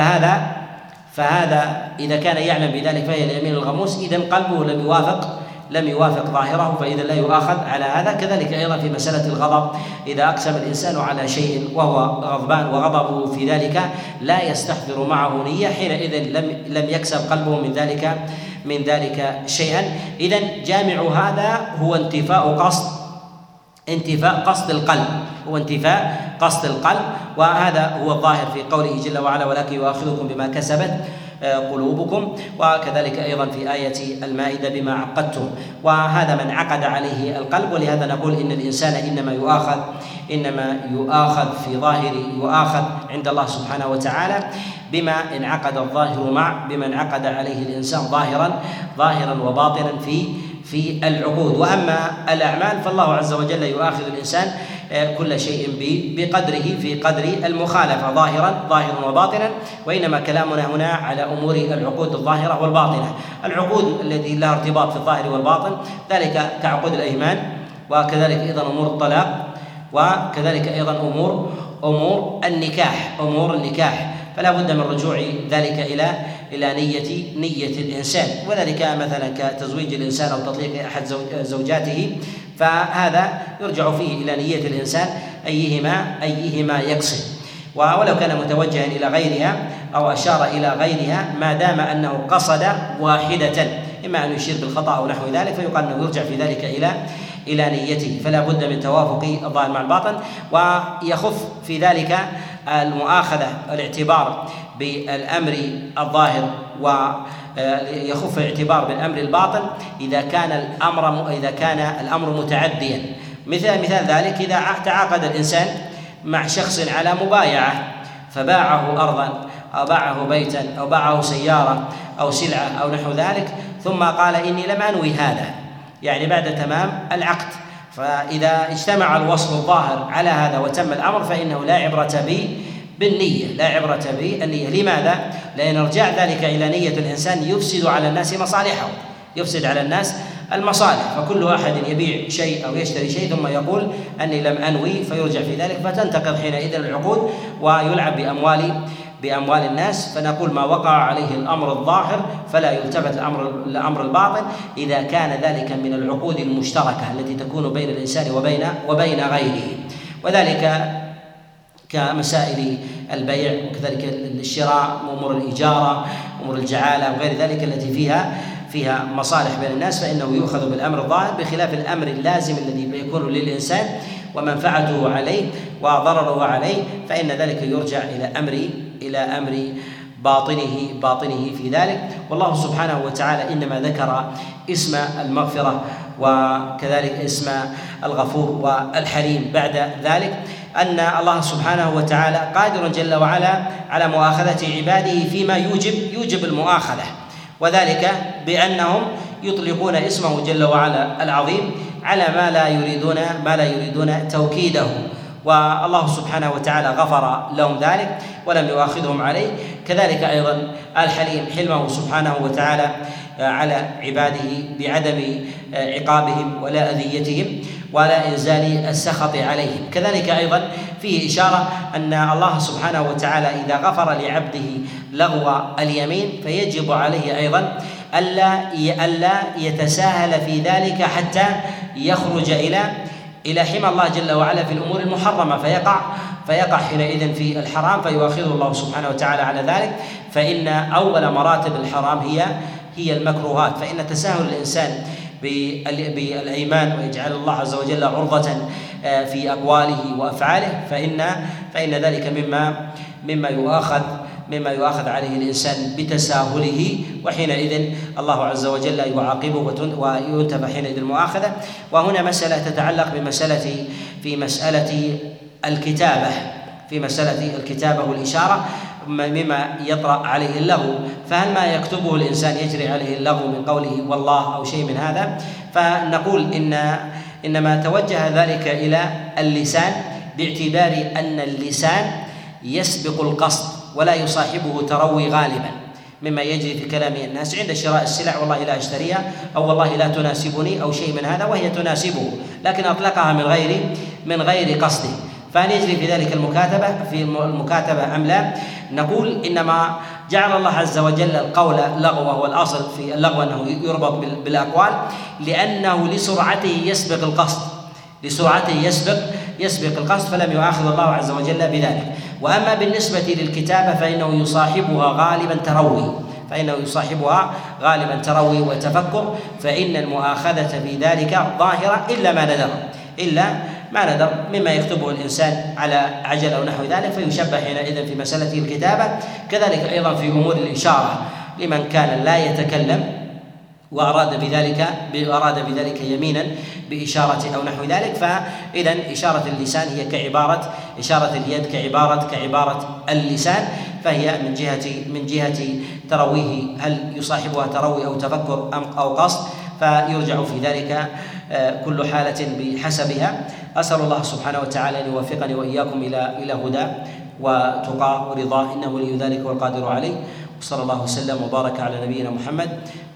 فهذا إذا كان يعلم بذلك فهي اليمين الغموس، إذن قلبه لم يوافق ظاهره، فإذا لا يؤاخذ على هذا. كذلك أيضا في مسألة الغضب، إذا أقسم الإنسان على شيء وهو غضبان وغضبه في ذلك لا يستحضر معه نية، حينئذ لم يكسب قلبه من ذلك شيئا. إذن جامع هذا هو انتفاء قصد القلب، هو انتفاء قصد القلب، وهذا هو الظاهر في قوله جل وعلا: ولكن يؤاخذكم بما كسبت قلوبكم، وكذلك أيضا في آية المائدة: بما عقدتم. وهذا من عقد عليه القلب، ولهذا نقول إن الإنسان إنما يؤاخذ في ظاهر، يؤاخذ عند الله سبحانه وتعالى بما انعقد الظاهر بما انعقد عليه الإنسان ظاهرا وباطنا في العقود. وأما الأعمال فالله عز وجل يؤاخذ الإنسان كل شيء بقدره في قدر المخالفة ظاهرا وباطنا، وإنما كلامنا هنا على أمور العقود الظاهرة والباطنة. العقود التي لها ارتباط في الظاهر والباطن ذلك كعقود الأيمان، وكذلك أيضا أمور الطلاق، وكذلك أيضا أمور النكاح، فلا بد من رجوع ذلك إلى نية الإنسان، وذلك مثلا كتزويج الإنسان أو تطليق أحد زوجاته، فهذا يرجع فيه إلى نية الإنسان أيهما يقصد، ولو كان متوجها إلى غيرها أو أشار إلى غيرها ما دام أنه قصد واحدة، إما أن يشير بالخطأ أو نحو ذلك، فيقال أنه يرجع في ذلك إلى نيته، فلا بد من توافق الظاهر مع الباطن. ويخف في ذلك المؤاخذة الاعتبار بالأمر الظاهر، ويخف الاعتبار بالأمر الباطن إذا كان الأمر متعديا. مثال ذلك: إذا تعاقد الإنسان مع شخص على مبايعة، فباعه أرضا أو باعه بيتا أو باعه سيارة أو سلعة أو نحو ذلك، ثم قال: إني لم أنوي هذا، يعني بعد تمام العقد. فإذا اجتمع الوصف الظاهر على هذا وتم الأمر فإنه لا عبرة بالنية. لماذا؟ لأن ارجاع ذلك إلى نية الإنسان يفسد على الناس مصالحه، يفسد على الناس المصالح، فكل أحد يبيع شيء أو يشتري شيء ثم يقول أني لم أنوي، فيرجع في ذلك، فتنتقض حينئذ العقود ويلعب بأموال الناس. فنقول: ما وقع عليه الأمر الظاهر فلا يلتفت الأمر الباطن إذا كان ذلك من العقود المشتركة التي تكون بين الإنسان وبين غيره، وذلك كمسائل البيع، وكذلك الشراء، وأمور الإجارة، أمور الجعالة وغير ذلك التي فيها مصالح بين الناس، فإنه يؤخذ بالأمر الظاهر، بخلاف الأمر اللازم الذي يكون للإنسان ومنفعته عليه وضرره عليه، فإن ذلك يرجع إلى أمر باطنه في ذلك. والله سبحانه وتعالى إنما ذكر اسم المغفرة وكذلك اسم الغفور والحليم بعد ذلك، أن الله سبحانه وتعالى قادر جل وعلا على مؤاخذة عباده فيما يوجب المؤاخذة، وذلك بأنهم يطلقون اسمه جل وعلا العظيم على ما لا يريدون توكيده، والله سبحانه وتعالى غفر لهم ذلك ولم يؤاخذهم عليه. كذلك أيضا الحليم، حلمه سبحانه وتعالى على عباده بعدم عقابهم ولا أذيتهم ولا إنزال السخط عليهم. كذلك أيضا فيه إشارة أن الله سبحانه وتعالى إذا غفر لعبده لغو اليمين فيجب عليه أيضا ألا يتساهل في ذلك حتى يخرج إلى حمى الله جل وعلا في الأمور المحرمة، فيقع حينئذ في الحرام، فيؤاخذه الله سبحانه وتعالى على ذلك. فإن أول مراتب الحرام هي المكروهات، فإن تساهل الإنسان بالأيمان ويجعل الله عز وجل عرضة في أقواله وأفعاله فإن ذلك مما يؤاخذ عليه الإنسان بتساهله، وحينئذ الله عز وجل يعاقبه وينتفى حينئذ المؤاخذة. وهنا مسألة تتعلق في مسألة الكتابة والإشارة، مما يطرأ عليه اللغو، فهل ما يكتبه الإنسان يجري عليه اللغو من قوله والله أو شيء من هذا؟ فنقول إنما توجه ذلك إلى اللسان، باعتبار أن اللسان يسبق القصد ولا يصاحبه تروي غالبا، مما يجري في كلام الناس عند شراء السلع: والله لا أشتريها، أو والله لا تناسبني، أو شيء من هذا، وهي تناسبه لكن أطلقها من غير قصده، فهل يجري في ذلك المكاتبة أم لا؟ نقول إنما جعل الله عز وجل القول لغو، وهو الأصل في اللغو أنه يربط بالأقوال، لأنه لسرعته يسبق القصد، فلم يؤاخذ الله عز وجل بذلك. وأما بالنسبة للكتابة فإنه يصاحبها غالبا تروي وتفكر، فإن المؤاخذة في ذلك ظاهرة إلا ما ندر مما يكتبه الإنسان على عجلة أو نحو ذلك، فيشبه حينئذ في مسألة الكتابة. كذلك أيضا في أمور الإشارة لمن كان لا يتكلم وأراد بذلك يمينا بإشارة أو نحو ذلك، فإذا إشارة اللسان هي كعبارة إشارة اليد كعبارة اللسان، فهي من جهة ترويه هل يصاحبها تروي أو تفكر أو قصد، فيرجع في ذلك كل حالة بحسبها. أسأل الله سبحانه وتعالى أن يوفقني وإياكم إلى هدى وتقى ورضاه، إنه ولي ذلك والقادر عليه. وصلى الله وسلم وبارك على نبينا محمد